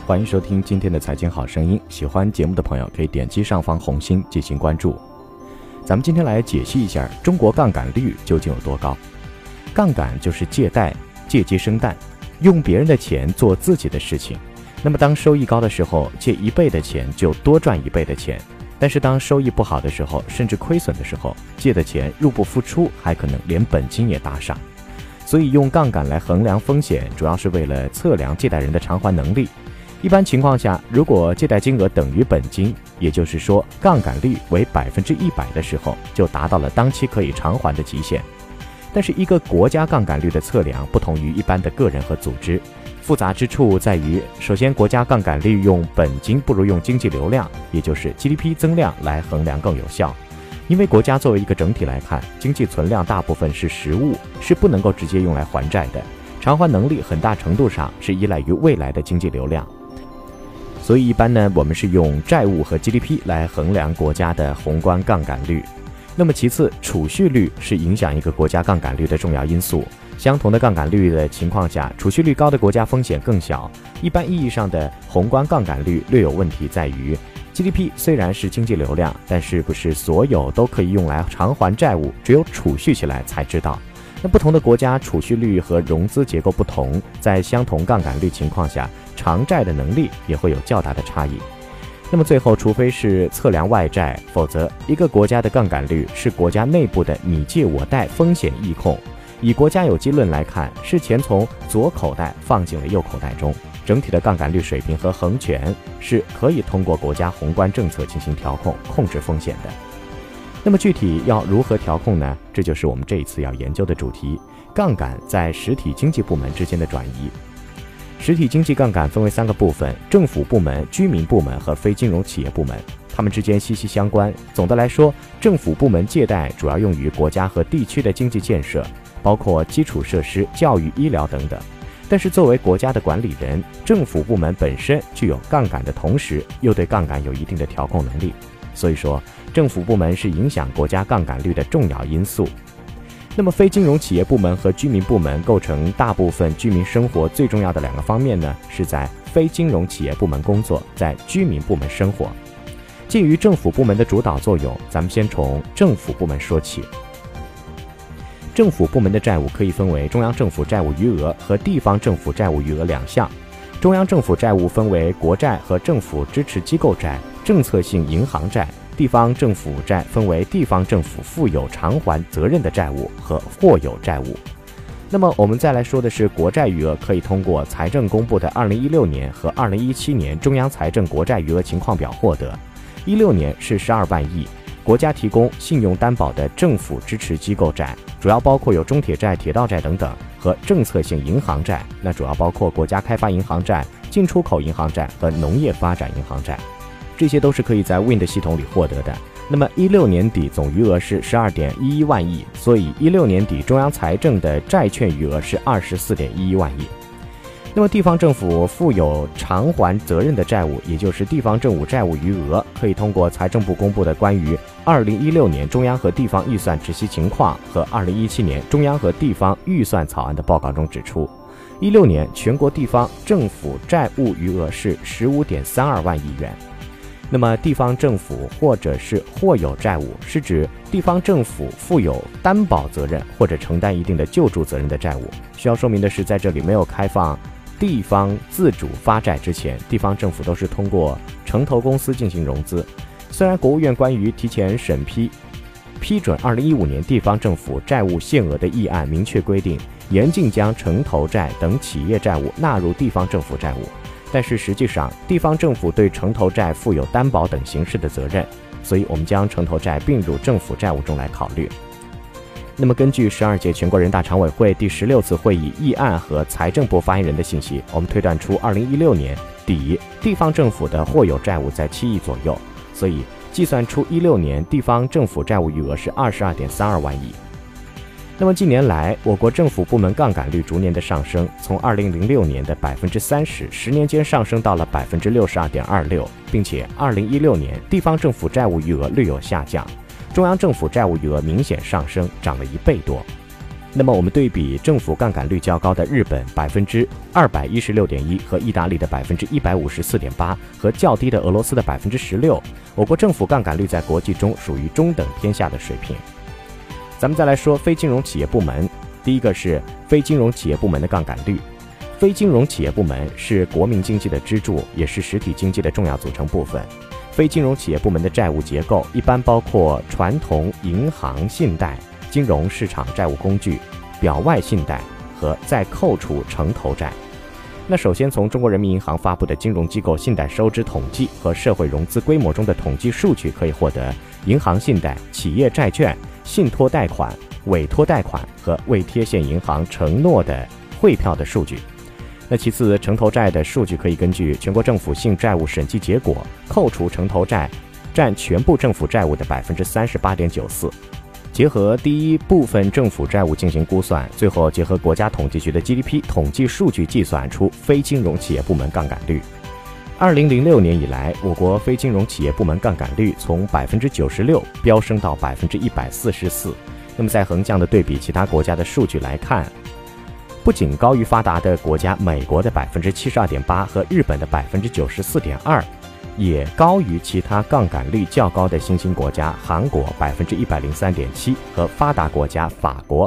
欢迎收听今天的财经好声音。喜欢节目的朋友可以点击上方红心进行关注。咱们今天来解析一下中国杠杆率究竟有多高。杠杆就是借贷、借鸡生蛋，用别人的钱做自己的事情。那么当收益高的时候，借1倍的钱就多赚1倍的钱。但是当收益不好的时候，甚至亏损的时候，借的钱入不敷出，还可能连本金也搭上。所以用杠杆来衡量风险，主要是为了测量借贷人的偿还能力。一般情况下，如果借贷金额等于本金，也就是说杠杆率为100%的时候，就达到了当期可以偿还的极限。但是一个国家杠杆率的测量不同于一般的个人和组织，复杂之处在于，首先国家杠杆率用本金不如用经济流量，也就是 GDP 增量来衡量更有效。因为国家作为一个整体来看，经济存量大部分是实物，是不能够直接用来还债的，偿还能力很大程度上是依赖于未来的经济流量。所以一般呢，我们是用债务和 GDP 来衡量国家的宏观杠杆率。那么其次，储蓄率是影响一个国家杠杆率的重要因素。相同的杠杆率的情况下，储蓄率高的国家风险更小。一般意义上的宏观杠杆率略有问题在于， GDP 虽然是经济流量，但是不是所有都可以用来偿还债务，只有储蓄起来才知道。那不同的国家储蓄率和融资结构不同，在相同杠杆率情况下，偿债的能力也会有较大的差异。那么最后，除非是测量外债，否则一个国家的杠杆率是国家内部的你借我贷风险易控。以国家有机论来看，是钱从左口袋放进了右口袋中，整体的杠杆率水平和衡权是可以通过国家宏观政策进行调控，控制风险的。那么具体要如何调控呢？这就是我们这一次要研究的主题，杠杆在实体经济部门之间的转移。实体经济杠杆分为3个部分：政府部门、居民部门和非金融企业部门，它们之间息息相关。总的来说，政府部门借贷主要用于国家和地区的经济建设，包括基础设施、教育、医疗等等。但是作为国家的管理人，政府部门本身具有杠杆的同时，又对杠杆有一定的调控能力。所以说，政府部门是影响国家杠杆率的重要因素。那么非金融企业部门和居民部门构成大部分居民生活最重要的2个方面呢，是在非金融企业部门工作，在居民部门生活。基于政府部门的主导作用，咱们先从政府部门说起。政府部门的债务可以分为中央政府债务余额和地方政府债务余额2项。中央政府债务分为国债和政府支持机构债、政策性银行债；地方政府债分为地方政府负有偿还责任的债务和或有债务。那么我们再来说的是国债余额，可以通过财政公布的2016年和2017年中央财政国债余额情况表获得。16年是12万亿，国家提供信用担保的政府支持机构债，主要包括有中铁债、铁道债等等，和政策性银行债，那主要包括国家开发银行债、进出口银行债和农业发展银行债，这些都是可以在 Wind 系统里获得的。那么16年底总余额是 12.11 万亿，所以16年底中央财政的债券余额是 24.11 万亿。那么地方政府负有偿还责任的债务，也就是地方政府债务余额，可以通过财政部公布的关于2016年中央和地方预算执行情况和2017年中央和地方预算草案的报告中指出，16年全国地方政府债务余额是 15.32 万亿元。那么地方政府或者是或有债务，是指地方政府负有担保责任或者承担一定的救助责任的债务。需要说明的是，在这里没有开放地方自主发债之前，地方政府都是通过城投公司进行融资。虽然国务院关于提前审批准2015年地方政府债务限额的议案明确规定，严禁将城投债等企业债务纳入地方政府债务，但是实际上地方政府对城投债负有担保等形式的责任，所以我们将城投债并入政府债务中来考虑。那么根据12届全国人大常委会第16次会议议案和财政部发言人的信息，我们推断出2016年底地方政府的或有债务在7亿左右，所以计算出16年地方政府债务余额是 22.32 万亿。那么近年来，我国政府部门杠杆率逐年的上升，从2006年的 30%，10年间上升到了 62.26%， 并且2016年地方政府债务余额略有下降，中央政府债务余额明显上升，涨了1倍多。 那么我们对比政府杠杆率较高的日本216.1%和意大利的154.8%和较低的俄罗斯的16%，我国政府杠杆率在国际中属于中等偏下的水平。咱们再来说非金融企业部门，第一个是非金融企业部门的杠杆率。非金融企业部门是国民经济的支柱，也是实体经济的重要组成部分。非金融企业部门的债务结构一般包括传统银行信贷、金融市场债务工具、表外信贷和再扣除城投债。那首先从中国人民银行发布的金融机构信贷收支统计和社会融资规模中的统计数据可以获得银行信贷、企业债券、信托贷款、委托贷款和未贴现银行承诺的汇票的数据。那其次，城投债的数据可以根据全国政府性债务审计结果扣除城投债占全部政府债务的 38.94%， 结合第一部分政府债务进行估算，最后结合国家统计局的 GDP 统计数据计算出非金融企业部门杠杆率。2006年以来，我国非金融企业部门杠杆率从 96% 飙升到 144%。那么在横向的对比其他国家的数据来看，不仅高于发达的国家美国的 72.8% 和日本的 94.2%， 也高于其他杠杆率较高的新兴国家韩国 103.7% 和发达国家法国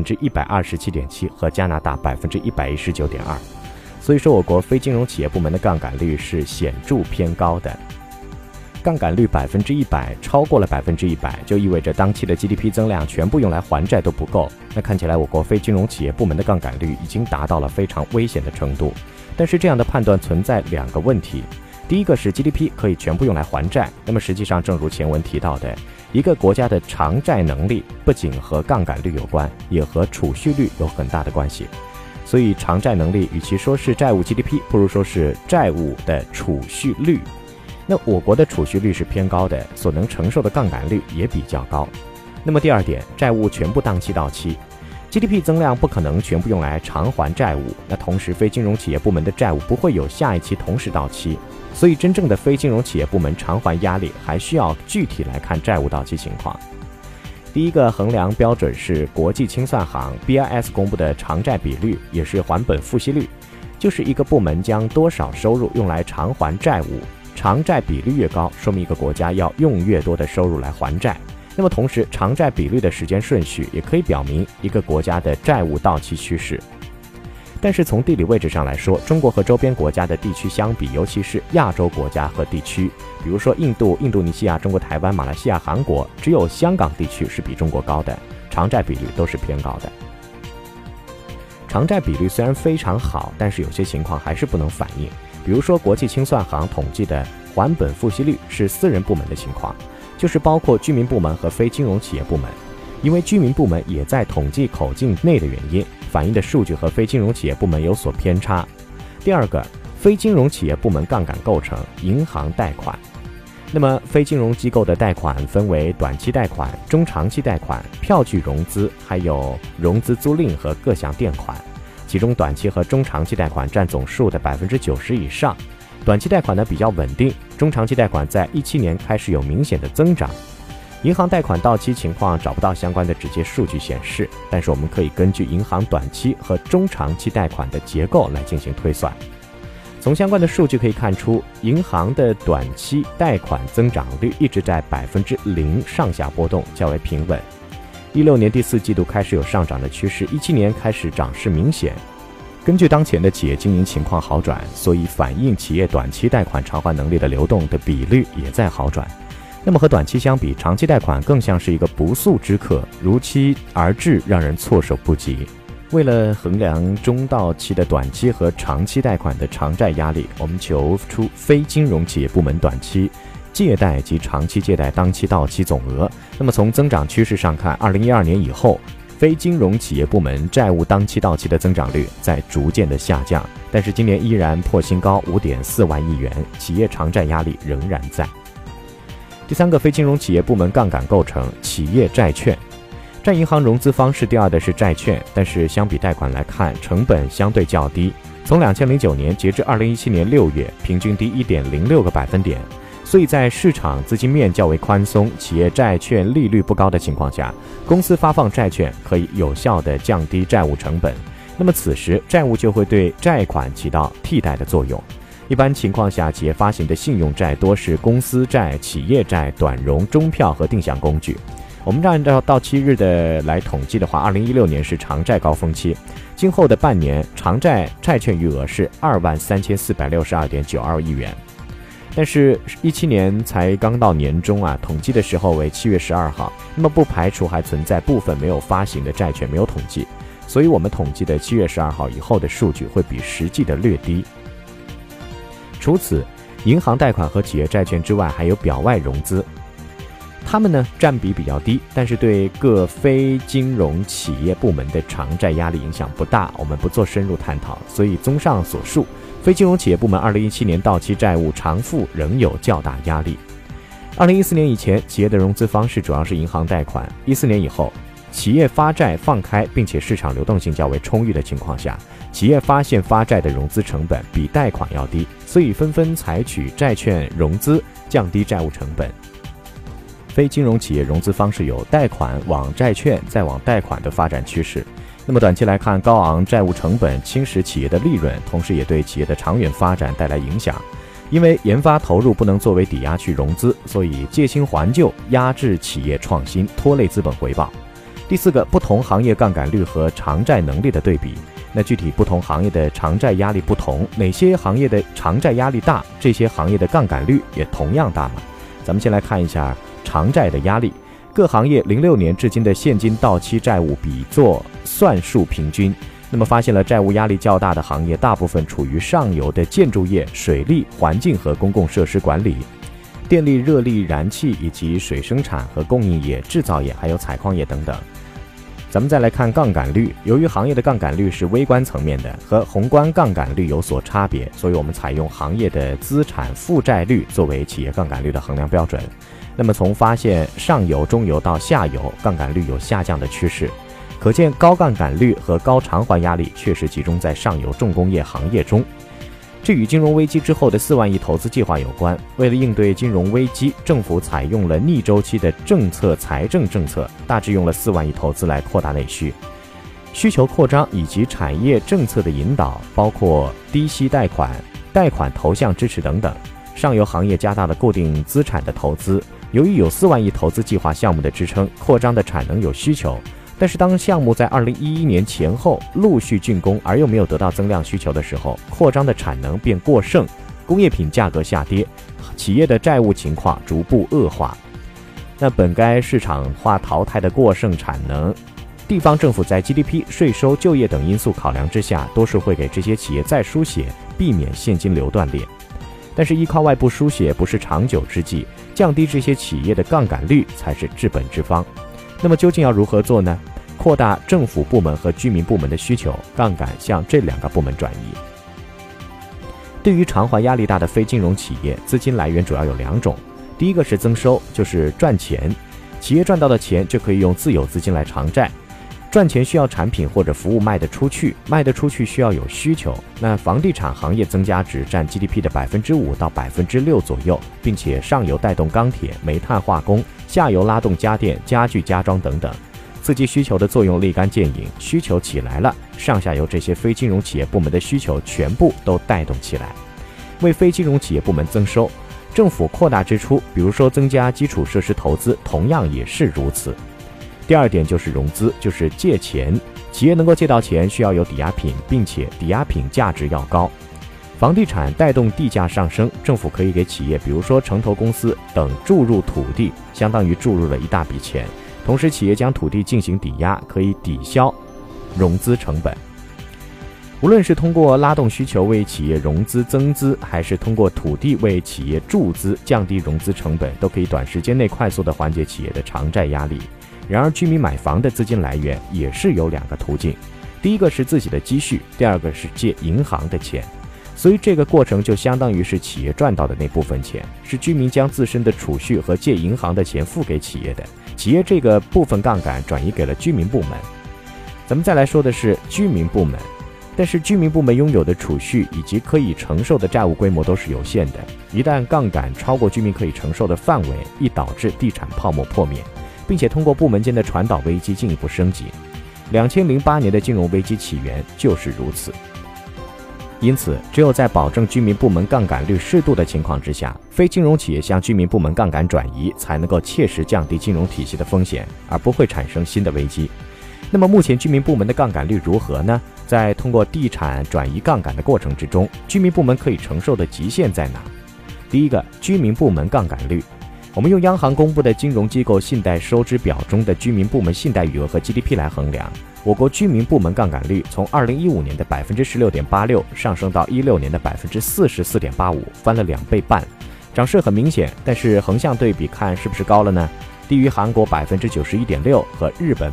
127.7% 和加拿大 119.2%。所以说我国非金融企业部门的杠杆率是显著偏高的。杠杆率100%超过了100%，就意味着当期的 GDP 增量全部用来还债都不够。那看起来我国非金融企业部门的杠杆率已经达到了非常危险的程度。但是这样的判断存在两个问题。第一个是 GDP 可以全部用来还债，那么实际上正如前文提到的，一个国家的偿债能力不仅和杠杆率有关，也和储蓄率有很大的关系。所以偿债能力与其说是债务 GDP， 不如说是债务的储蓄率。那我国的储蓄率是偏高的，所能承受的杠杆率也比较高。那么第二点，债务全部当期到期， GDP 增量不可能全部用来偿还债务，那同时非金融企业部门的债务不会有下一期同时到期，所以真正的非金融企业部门偿还压力还需要具体来看债务到期情况。第一个衡量标准是国际清算行 BIS 公布的偿债比率，也是还本付息率，就是一个部门将多少收入用来偿还债务，偿债比率越高，说明一个国家要用越多的收入来还债。那么同时，偿债比率的时间顺序也可以表明一个国家的债务到期趋势。但是从地理位置上来说，中国和周边国家的地区相比，尤其是亚洲国家和地区，比如说印度、印度尼西亚、中国台湾、马来西亚、韩国，只有香港地区是比中国高的，偿债比率都是偏高的。偿债比率虽然非常好，但是有些情况还是不能反映。比如说国际清算行统计的还本付息率是私人部门的情况，就是包括居民部门和非金融企业部门，因为居民部门也在统计口径内的原因，反映的数据和非金融企业部门有所偏差。第二个，非金融企业部门杠杆构成，银行贷款。那么非金融机构的贷款分为短期贷款、中长期贷款、票据融资，还有融资租赁和各项垫款，其中短期和中长期贷款占总数的 90% 以上。短期贷款呢比较稳定，中长期贷款在17年开始有明显的增长。银行贷款到期情况找不到相关的直接数据显示，但是我们可以根据银行短期和中长期贷款的结构来进行推算。从相关的数据可以看出，银行的短期贷款增长率一直在 0% 上下波动，较为平稳。16年第4季度开始有上涨的趋势，17年开始涨势明显。根据当前的企业经营情况好转，所以反映企业短期贷款偿还能力的流动的比率也在好转。那么和短期相比，长期贷款更像是一个不速之客，如期而至，让人措手不及。为了衡量中到期的短期和长期贷款的偿债压力，我们求出非金融企业部门短期借贷及长期借贷当期到期总额。那么从增长趋势上看，2012年以后，非金融企业部门债务当期到期的增长率在逐渐的下降，但是今年依然破新高 5.4 万亿元，企业偿债压力仍然在。第三个非金融企业部门杠杆构成，企业债券。占银行融资方式第二的是债券，但是相比贷款来看，成本相对较低。从2009年截至2017年6月，平均低 1.06个百分点。 所以在市场资金面较为宽松、企业债券利率不高的情况下，公司发放债券可以有效地降低债务成本。那么此时债务就会对债款起到替代的作用。一般情况下，企业发行的信用债多是公司债、企业债、短融、中票和定向工具。我们按照到期日的来统计的话，2016年是长债高峰期，今后的半年长债债券余额是23462.92亿元。但是17年才刚到年中统计的时候为7月12号，那么不排除还存在部分没有发行的债券没有统计，所以我们统计的7月12号以后的数据会比实际的略低。除此，银行贷款和企业债券之外，还有表外融资，它们呢占比比较低，但是对各非金融企业部门的偿债压力影响不大，我们不做深入探讨。所以综上所述，非金融企业部门2017年到期债务偿付仍有较大压力。2014年以前，企业的融资方式主要是银行贷款；14年以后，企业发债放开，并且市场流动性较为充裕的情况下，企业发现发债的融资成本比贷款要低，所以纷纷采取债券融资降低债务成本。非金融企业融资方式有贷款往债券再往贷款的发展趋势。那么短期来看，高昂债务成本侵蚀企业的利润，同时也对企业的长远发展带来影响。因为研发投入不能作为抵押去融资，所以借新还旧，压制企业创新，拖累资本回报。第四个，不同行业杠杆率和偿债能力的对比。那具体不同行业的偿债压力不同，哪些行业的偿债压力大，这些行业的杠杆率也同样大吗？咱们先来看一下偿债的压力。各行业06年至今的现金到期债务比作算术平均，那么发现了债务压力较大的行业大部分处于上游的建筑业、水利、环境和公共设施管理、电力、热力、燃气以及水生产和供应业、制造业还有采矿业等等。咱们再来看杠杆率，由于行业的杠杆率是微观层面的，和宏观杠杆率有所差别，所以我们采用行业的资产负债率作为企业杠杆率的衡量标准。那么从发现上游、中游到下游，杠杆率有下降的趋势，可见高杠杆率和高偿还压力确实集中在上游重工业行业中。这与金融危机之后的4万亿投资计划有关。为了应对金融危机，政府采用了逆周期的财政政策，大致用了4万亿投资来扩大内需。需求扩张以及产业政策的引导，包括低息贷款、贷款投向支持等等。上游行业加大了固定资产的投资，由于有4万亿投资计划项目的支撑，扩张的产能有需求。但是当项目在2011年前后陆续竣工而又没有得到增量需求的时候，扩张的产能便过剩，工业品价格下跌，企业的债务情况逐步恶化。那本该市场化淘汰的过剩产能，地方政府在 GDP、税收、就业等因素考量之下，多数会给这些企业再输血，避免现金流断裂。但是依靠外部输血不是长久之计，降低这些企业的杠杆率才是治本之方。那么究竟要如何做呢？扩大政府部门和居民部门的需求，杠杆向这2个部门转移。对于偿还压力大的非金融企业，资金来源主要有2种。第一个是增收，就是赚钱，企业赚到的钱就可以用自有资金来偿债。赚钱需要产品或者服务卖得出去，卖得出去需要有需求。那房地产行业增加值占 GDP 的5%到6%左右，并且上游带动钢铁、煤炭化工，下游拉动家电、家具、家装等等，刺激需求的作用立竿见影。需求起来了，上下游这些非金融企业部门的需求全部都带动起来，为非金融企业部门增收。政府扩大支出，比如说增加基础设施投资，同样也是如此。第2点就是融资，就是借钱。企业能够借到钱，需要有抵押品，并且抵押品价值要高。房地产带动地价上升，政府可以给企业，比如说城投公司等注入土地，相当于注入了一大笔钱。同时，企业将土地进行抵押，可以抵消融资成本。无论是通过拉动需求为企业融资增资，还是通过土地为企业注资降低融资成本，都可以短时间内快速地缓解企业的偿债压力。然而，居民买房的资金来源也是有2个途径，第一个是自己的积蓄，第2个是借银行的钱。所以这个过程就相当于是企业赚到的那部分钱，是居民将自身的储蓄和借银行的钱付给企业的，企业这个部分杠杆转移给了居民部门。咱们再来说的是居民部门， 但是居民部门拥有的储蓄以及可以承受的债务规模都是有限的，一旦杠杆超过居民可以承受的范围，易导致地产泡沫破灭，并且通过部门间的传导危机进一步升级。2008年的金融危机起源就是如此。因此，只有在保证居民部门杠杆率适度的情况之下，非金融企业向居民部门杠杆转移，才能够切实降低金融体系的风险，而不会产生新的危机。那么目前居民部门的杠杆率如何呢？在通过地产转移杠杆的过程之中，居民部门可以承受的极限在哪？第一个，居民部门杠杆率。我们用央行公布的金融机构信贷收支表中的居民部门信贷余额和 GDP 来衡量，我国居民部门杠杆率从2015年的 16.86% 上升到16年的 44.85%， 翻了2倍半，涨势很明显。但是横向对比看是不是高了呢？低于韩国 91.6% 和日本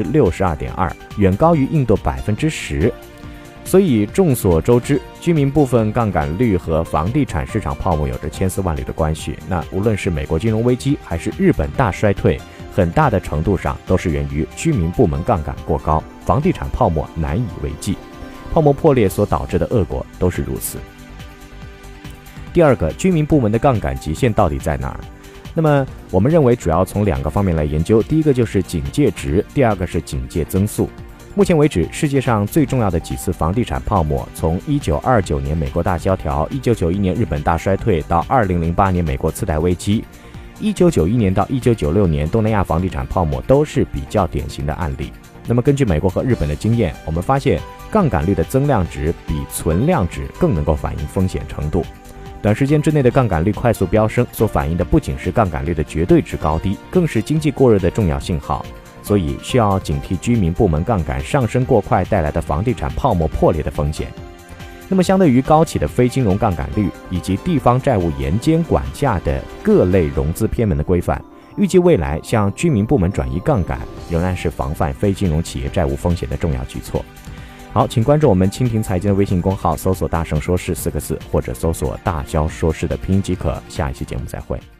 62.2%， 远高于印度 10%。所以众所周知，居民部分杠杆率和房地产市场泡沫有着千丝万缕的关系。那无论是美国金融危机还是日本大衰退，很大的程度上都是源于居民部门杠杆过高，房地产泡沫难以为继，泡沫破裂所导致的恶果都是如此。第二个，居民部门的杠杆极限到底在哪儿？那么我们认为主要从2个方面来研究，第一个就是警戒值，第二个是警戒增速。目前为止，世界上最重要的几次房地产泡沫，从1929年美国大萧条、1991年日本大衰退到2008年美国次贷危机、1991年到1996年东南亚房地产泡沫，都是比较典型的案例。那么根据美国和日本的经验，我们发现杠杆率的增量值比存量值更能够反映风险程度。短时间之内的杠杆率快速飙升，所反映的不仅是杠杆率的绝对值高低，更是经济过热的重要信号。所以需要警惕居民部门杠杆上升过快带来的房地产泡沫破裂的风险。那么相对于高企的非金融杠杆率以及地方债务严监管下的各类融资偏门的规范，预计未来向居民部门转移杠杆仍然是防范非金融企业债务风险的重要举措。好，请关注我们蜻蜓财经的微信公号，搜索大圣说事4个字，或者搜索大教说事的拼音即可。下一期节目再会。